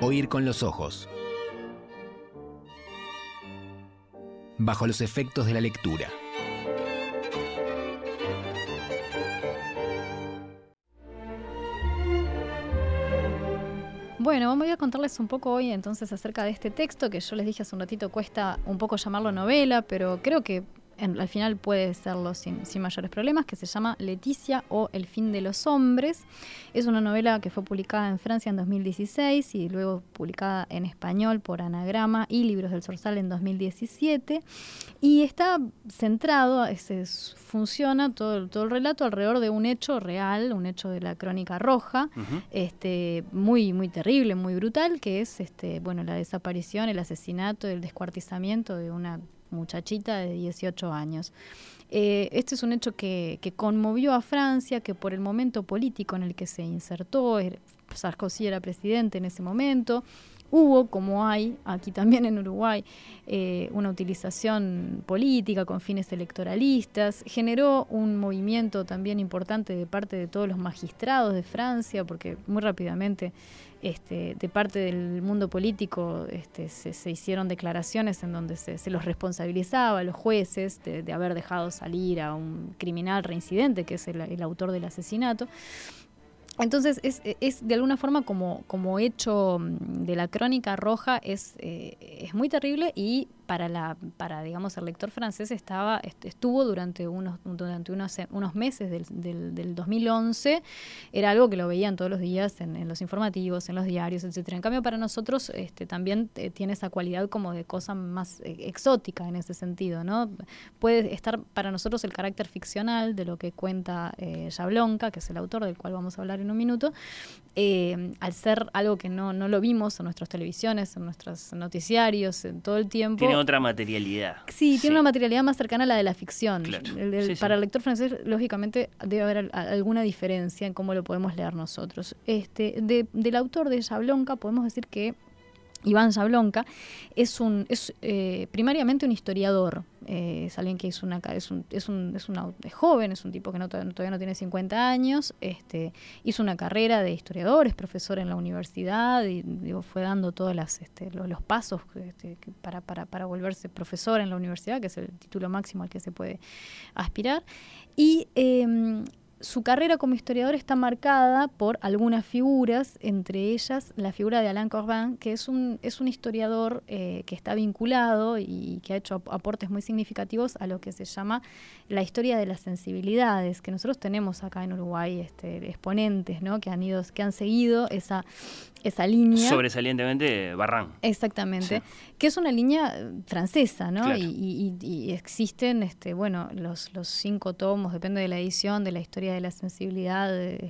Oír con los ojos. Bajo los efectos de la lectura. Bueno, voy a contarles un poco hoy entonces acerca de este texto que yo les dije hace un ratito, cuesta un poco llamarlo novela, pero creo que al final puede serlo sin mayores problemas, que se llama Leticia o El fin de los hombres. Es una novela que fue publicada en Francia en 2016 y luego publicada en español por Anagrama y Libros del Zorzal en 2017. Y está centrado, funciona todo el relato alrededor de un hecho real, un hecho de la Crónica Roja, muy, muy terrible, muy brutal, que es la desaparición, el asesinato, el descuartizamiento de una muchachita de 18 años. Este es un hecho que conmovió a Francia, que por el momento político en el que se insertó, Sarkozy era presidente en ese momento, hubo, como hay aquí también en Uruguay, una utilización política con fines electoralistas, generó un movimiento también importante de parte de todos los magistrados de Francia, porque muy rápidamente de parte del mundo político se hicieron declaraciones en donde se los responsabilizaba a los jueces de haber dejado salir a un criminal reincidente, que es el autor del asesinato. Entonces es de alguna forma como hecho de la Crónica Roja es muy terrible, y para digamos el lector francés estuvo durante unos meses del 2011, era algo que lo veían todos los días en los informativos, en los diarios, etcétera. En cambio para nosotros también tiene esa cualidad como de cosa más exótica en ese sentido, ¿no? Puede estar para nosotros el carácter ficcional de lo que cuenta Jablonka, que es el autor del cual vamos a hablar en un minuto, al ser algo que no lo vimos en nuestras televisiones, en nuestros noticiarios, en todo el tiempo. Tiene otra materialidad. Sí, tiene una materialidad más cercana a la de la ficción. Claro. Para el lector francés, lógicamente, debe haber alguna diferencia en cómo lo podemos leer nosotros. Del autor de Jablonka podemos decir que Iván Jablonka es primariamente un historiador. Es alguien que es joven, es un tipo que todavía no tiene 50 años. Hizo una carrera de historiador, es profesor en la universidad y fue dando todos los pasos para volverse profesor en la universidad, que es el título máximo al que se puede aspirar. Y su carrera como historiador está marcada por algunas figuras, entre ellas la figura de Alain Corbin, que es un historiador que está vinculado y que ha hecho aportes muy significativos a lo que se llama la historia de las sensibilidades, que nosotros tenemos acá en Uruguay exponentes, ¿no? que han seguido esa línea. Sobresalientemente Barran. Exactamente, sí. Que es una línea francesa, ¿no? Claro. Y existen los 5 tomos, depende de la edición, de la historia de la sensibilidad,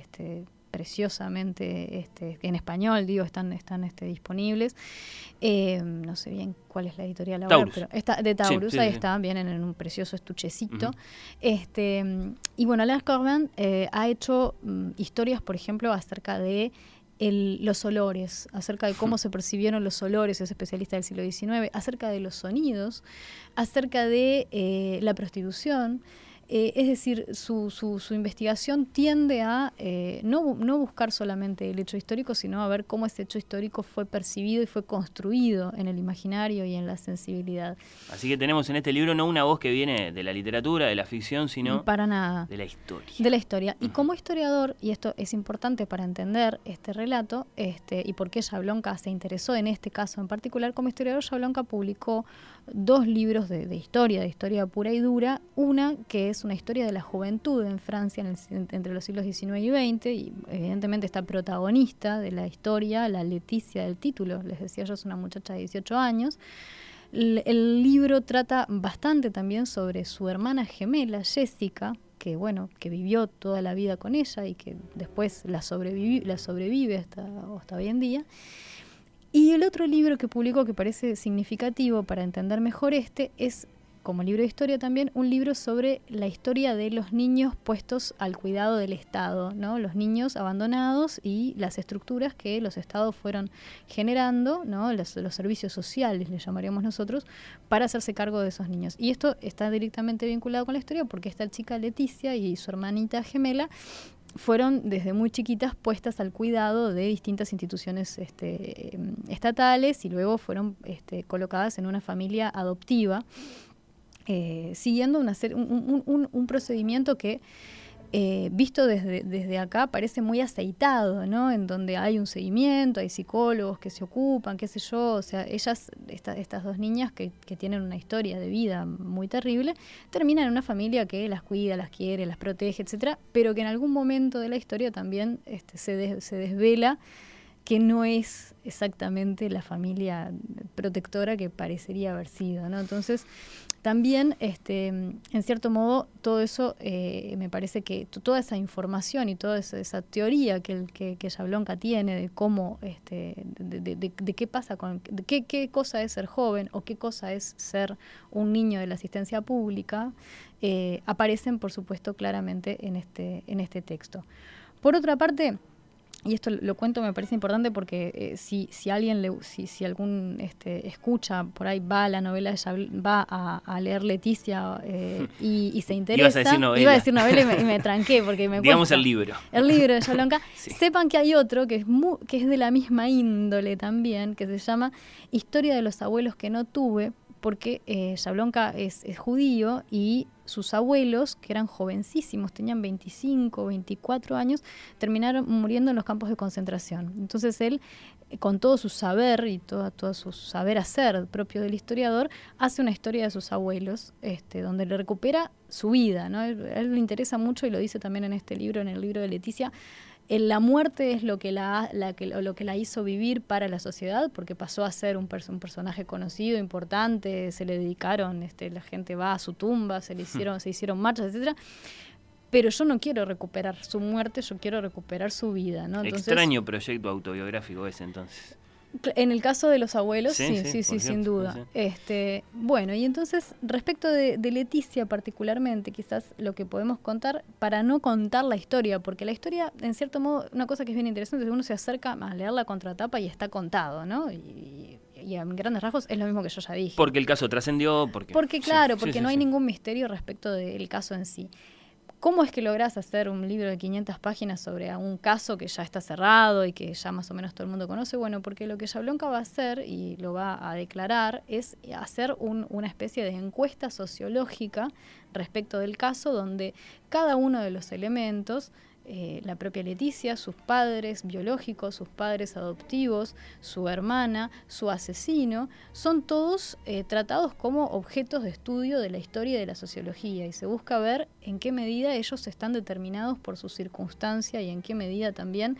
preciosamente en español, están disponibles. No sé bien cuál es la editorial ahora, Taurus. pero de Taurus, sí, ahí está, vienen en un precioso estuchecito. Uh-huh. Y bueno, Alain Corbin ha hecho historias, por ejemplo, acerca de los olores, acerca de cómo se percibieron los olores, es especialista del siglo XIX, acerca de los sonidos, acerca de la prostitución. Es decir, su investigación tiende a no buscar solamente el hecho histórico, sino a ver cómo ese hecho histórico fue percibido y fue construido en el imaginario y en la sensibilidad. Así que tenemos en este libro no una voz que viene de la literatura, de la ficción, sino para nada. De la historia. De la historia. Y como historiador, y esto es importante para entender este relato, y por qué Jablonka se interesó en este caso en particular, como historiador Jablonka publicó 2 libros de historia pura y dura. Una que es una historia de la juventud en Francia entre los siglos XIX y XX, y evidentemente esta protagonista de la historia, la Leticia del título, les decía yo, es una muchacha de 18 años. El libro trata bastante también sobre su hermana gemela, Jessica, que vivió toda la vida con ella y que después la sobrevive hasta hoy en día. Y el otro libro que publicó, que parece significativo para entender mejor es, como libro de historia también, un libro sobre la historia de los niños puestos al cuidado del Estado, ¿no? Los niños abandonados y las estructuras que los estados fueron generando, ¿no? Los servicios sociales, le llamaríamos nosotros, para hacerse cargo de esos niños. Y esto está directamente vinculado con la historia porque esta chica Leticia y su hermanita gemela fueron desde muy chiquitas puestas al cuidado de distintas instituciones estatales y luego fueron colocadas en una familia adoptiva, siguiendo un procedimiento que, visto desde acá, parece muy aceitado, ¿no? En donde hay un seguimiento, hay psicólogos que se ocupan, qué sé yo. O sea, ellas, estas dos niñas que tienen una historia de vida muy terrible, terminan en una familia que las cuida, las quiere, las protege, etcétera, pero que en algún momento de la historia también se desvela que no es exactamente la familia protectora que parecería haber sido, ¿no? Entonces, también, en cierto modo, todo eso, me parece que toda esa información y toda esa teoría que Jablonka tiene de cómo, de qué pasa de qué cosa es ser joven o qué cosa es ser un niño de la asistencia pública, aparecen, por supuesto, claramente en este texto. Por otra parte, y esto lo cuento, me parece importante porque si alguien si algún escucha por ahí va a la novela, va a leer Leticia y se interesa. Iba a decir novela y me tranqué porque me digamos cuesta. el libro. El libro de Jablonka. Sí. Sepan que hay otro que es de la misma índole también, que se llama Historia de los abuelos que no tuve, porque Jablonka es judío y sus abuelos, que eran jovencísimos, tenían 25, 24 años, terminaron muriendo en los campos de concentración. Entonces él, con todo su saber y todo su saber hacer propio del historiador, hace una historia de sus abuelos, donde le recupera su vida, ¿no? A él le interesa mucho, y lo dice también en este libro, en el libro de Leticia. La muerte es lo que la hizo vivir para la sociedad, porque pasó a ser un personaje conocido, importante, se le dedicaron, la gente va a su tumba, se hicieron marchas, etcétera. Pero yo no quiero recuperar su muerte, yo quiero recuperar su vida, ¿no? Entonces, extraño proyecto autobiográfico ese, entonces. En el caso de los abuelos, sí, sin duda. Sí. Bueno, y entonces, respecto de Leticia particularmente, quizás lo que podemos contar, para no contar la historia, porque la historia, en cierto modo, una cosa que es bien interesante, es que uno se acerca a leer la contratapa y está contado, ¿no? Y en grandes rasgos es lo mismo que yo ya dije. Porque el caso trascendió, porque no hay ningún misterio respecto del caso en sí. ¿Cómo es que lográs hacer un libro de 500 páginas sobre un caso que ya está cerrado y que ya más o menos todo el mundo conoce? Bueno, porque lo que Jablonka va a hacer, y lo va a declarar, es hacer una especie de encuesta sociológica respecto del caso, donde cada uno de los elementos, la propia Leticia, sus padres biológicos, sus padres adoptivos, su hermana, su asesino, son todos tratados como objetos de estudio de la historia y de la sociología, y se busca ver en qué medida ellos están determinados por su circunstancia y en qué medida también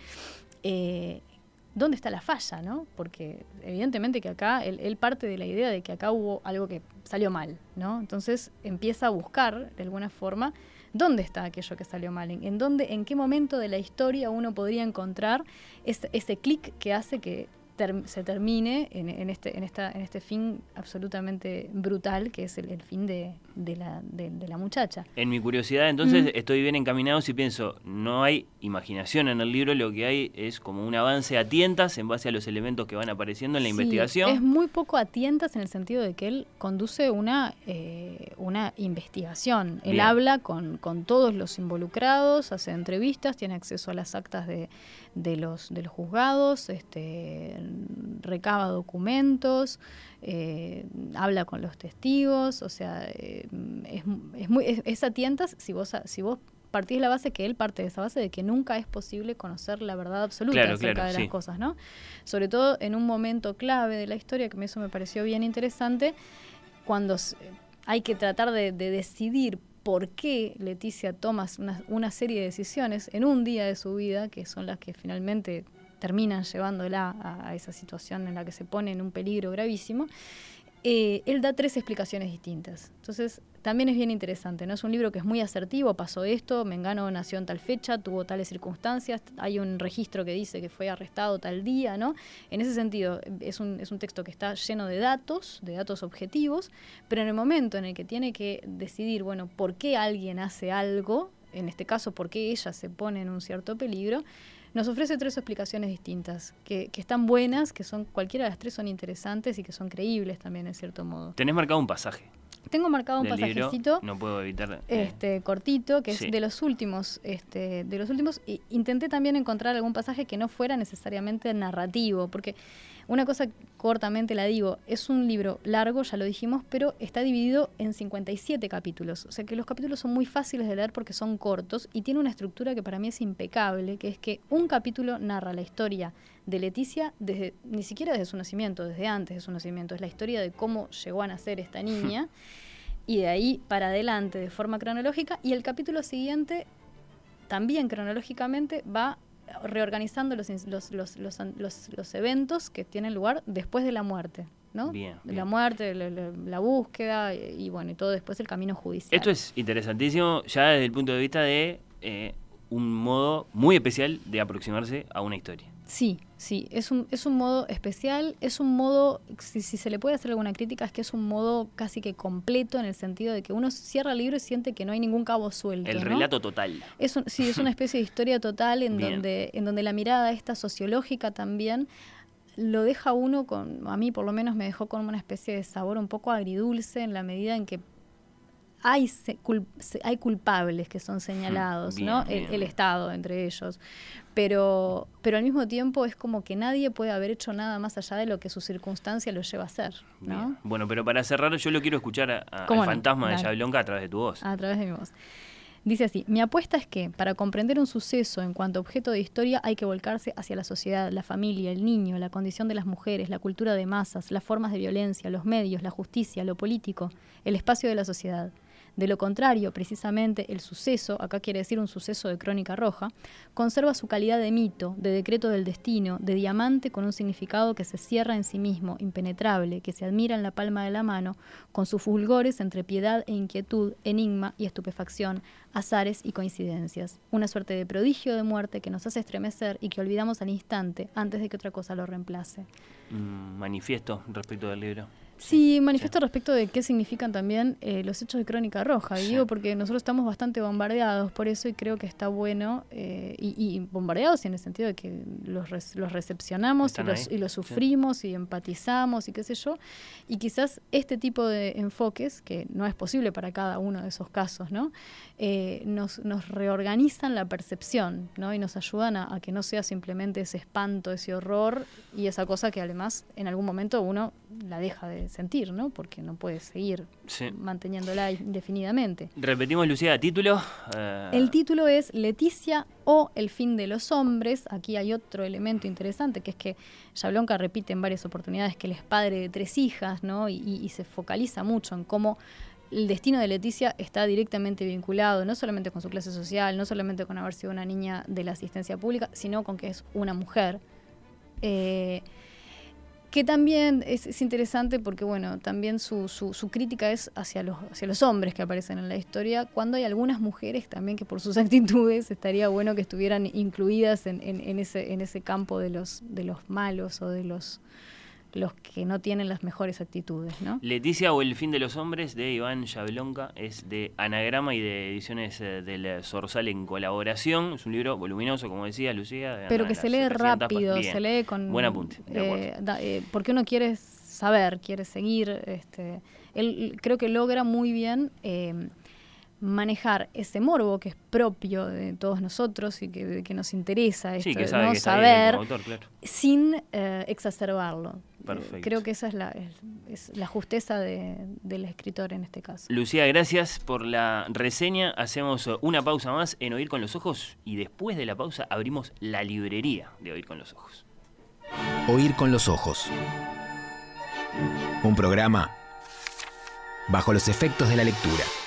dónde está la falla, ¿no? Porque evidentemente que acá él parte de la idea de que acá hubo algo que salió mal, ¿no? Entonces empieza a buscar de alguna forma ¿dónde está aquello que salió mal? ¿En qué momento de la historia uno podría encontrar ese clic que hace que se termine en este fin absolutamente brutal, que es el fin de la muchacha? En mi curiosidad, entonces, estoy bien encaminado si pienso, no hay imaginación en el libro, lo que hay es como un avance a tientas en base a los elementos que van apareciendo en la investigación. Es muy poco a tientas en el sentido de que él conduce una investigación. Él habla con todos los involucrados, hace entrevistas, tiene acceso a las actas de los juzgados, recaba documentos, habla con los testigos, o sea, es a tientas si vos partís de la base que él parte de esa base de que nunca es posible conocer la verdad absoluta acerca de las cosas, ¿no? Sobre todo en un momento clave de la historia, que eso me pareció bien interesante, cuando hay que tratar de decidir por qué Leticia toma una serie de decisiones en un día de su vida, que son las que finalmente terminan llevándola a esa situación en la que se pone en un peligro gravísimo. Él da 3 explicaciones distintas. Entonces, también es bien interesante, ¿no? Es un libro que es muy asertivo, pasó esto, Mengano nació en tal fecha, tuvo tales circunstancias, hay un registro que dice que fue arrestado tal día, ¿no? En ese sentido, es un texto que está lleno de datos objetivos, pero en el momento en el que tiene que decidir, bueno, por qué alguien hace algo, en este caso, por qué ella se pone en un cierto peligro, nos ofrece 3 explicaciones distintas, que están buenas, que son cualquiera de las 3 son interesantes y que son creíbles también, en cierto modo. Tenés marcado un pasaje. Tengo marcado un del libro, pasajecito, no puedo evitar cortito, que sí. es de los últimos. Y intenté también encontrar algún pasaje que no fuera necesariamente narrativo, porque una cosa cortamente la digo, es un libro largo, ya lo dijimos, pero está dividido en 57 capítulos. O sea que los capítulos son muy fáciles de leer porque son cortos y tiene una estructura que para mí es impecable, que es que un capítulo narra la historia de Leticia ni siquiera desde su nacimiento, desde antes de su nacimiento. Es la historia de cómo llegó a nacer esta niña y de ahí para adelante de forma cronológica, y el capítulo siguiente también cronológicamente va reorganizando los eventos que tienen lugar después de la muerte, ¿no? Bien. La muerte, la búsqueda y bueno, y todo después el camino judicial. Esto es interesantísimo ya desde el punto de vista de un modo muy especial de aproximarse a una historia. Sí, es un modo especial, es un modo, si se le puede hacer alguna crítica, es que es un modo casi que completo, en el sentido de que uno cierra el libro y siente que no hay ningún cabo suelto. El relato total. Es una especie de historia total en Bien. donde la mirada esta sociológica también lo deja uno a mí por lo menos me dejó con una especie de sabor un poco agridulce, en la medida en que hay culpables que son señalados, bien, ¿no? Bien. El Estado entre ellos, pero al mismo tiempo es como que nadie puede haber hecho nada más allá de lo que su circunstancia lo lleva a hacer, ¿no? Bien. Bueno, pero para cerrar yo lo quiero escuchar al ¿Cómo no? fantasma de Dale. Yablonka a través de tu voz. A través de mi voz. Dice así: mi apuesta es que, para comprender un suceso en cuanto a objeto de historia, hay que volcarse hacia la sociedad, la familia, el niño, la condición de las mujeres, la cultura de masas, las formas de violencia, los medios, la justicia, lo político, el espacio de la sociedad. De lo contrario, precisamente, el suceso, acá quiere decir un suceso de crónica roja, conserva su calidad de mito, de decreto del destino, de diamante con un significado que se cierra en sí mismo, impenetrable, que se admira en la palma de la mano, con sus fulgores entre piedad e inquietud, enigma y estupefacción, azares y coincidencias. Una suerte de prodigio de muerte que nos hace estremecer y que olvidamos al instante antes de que otra cosa lo reemplace. Manifiesto respecto del libro. Sí, manifiesto respecto de qué significan también los hechos de Crónica Roja. Y digo porque nosotros estamos bastante bombardeados por eso, y creo que está bueno, y bombardeados en el sentido de que los recepcionamos y los sufrimos y empatizamos y qué sé yo. Y quizás este tipo de enfoques, que no es posible para cada uno de esos casos, ¿no? Nos reorganizan la percepción, ¿no? Y nos ayudan a que no sea simplemente ese espanto, ese horror y esa cosa que además en algún momento uno la deja de sentir, ¿no? Porque no puede seguir manteniéndola indefinidamente. Repetimos, Lucía, título. El título es Leticia o el fin de los hombres. Aquí hay otro elemento interesante, que es que Yablonka repite en varias oportunidades que él es padre de 3 hijas, ¿no? Y se focaliza mucho en cómo el destino de Leticia está directamente vinculado no solamente con su clase social, no solamente con haber sido una niña de la asistencia pública, sino con que es una mujer. Que también es interesante porque, bueno, también su crítica es hacia los hombres que aparecen en la historia, cuando hay algunas mujeres también que por sus actitudes estaría bueno que estuvieran incluidas en ese campo de los malos o de los que no tienen las mejores actitudes, ¿no? Leticia o el fin de los hombres, de Iván Yablonka, es de Anagrama y de Ediciones del Zorzal en colaboración. Es un libro voluminoso, como decía Lucía. Pero que se lee rápido, se lee con... Buen apunte, de acuerdo. Porque uno quiere saber, quiere seguir. Él creo que logra muy bien manejar ese morbo que es propio de todos nosotros y que nos interesa esto, que ¿no? que saber, autor, claro. sin exacerbarlo. Perfecto. Creo que esa es la justeza del escritor en este caso. Lucía, gracias por la reseña. Hacemos una pausa más en Oír con los Ojos y después de la pausa abrimos la librería de Oír con los Ojos. Oír con los Ojos. Un programa bajo los efectos de la lectura.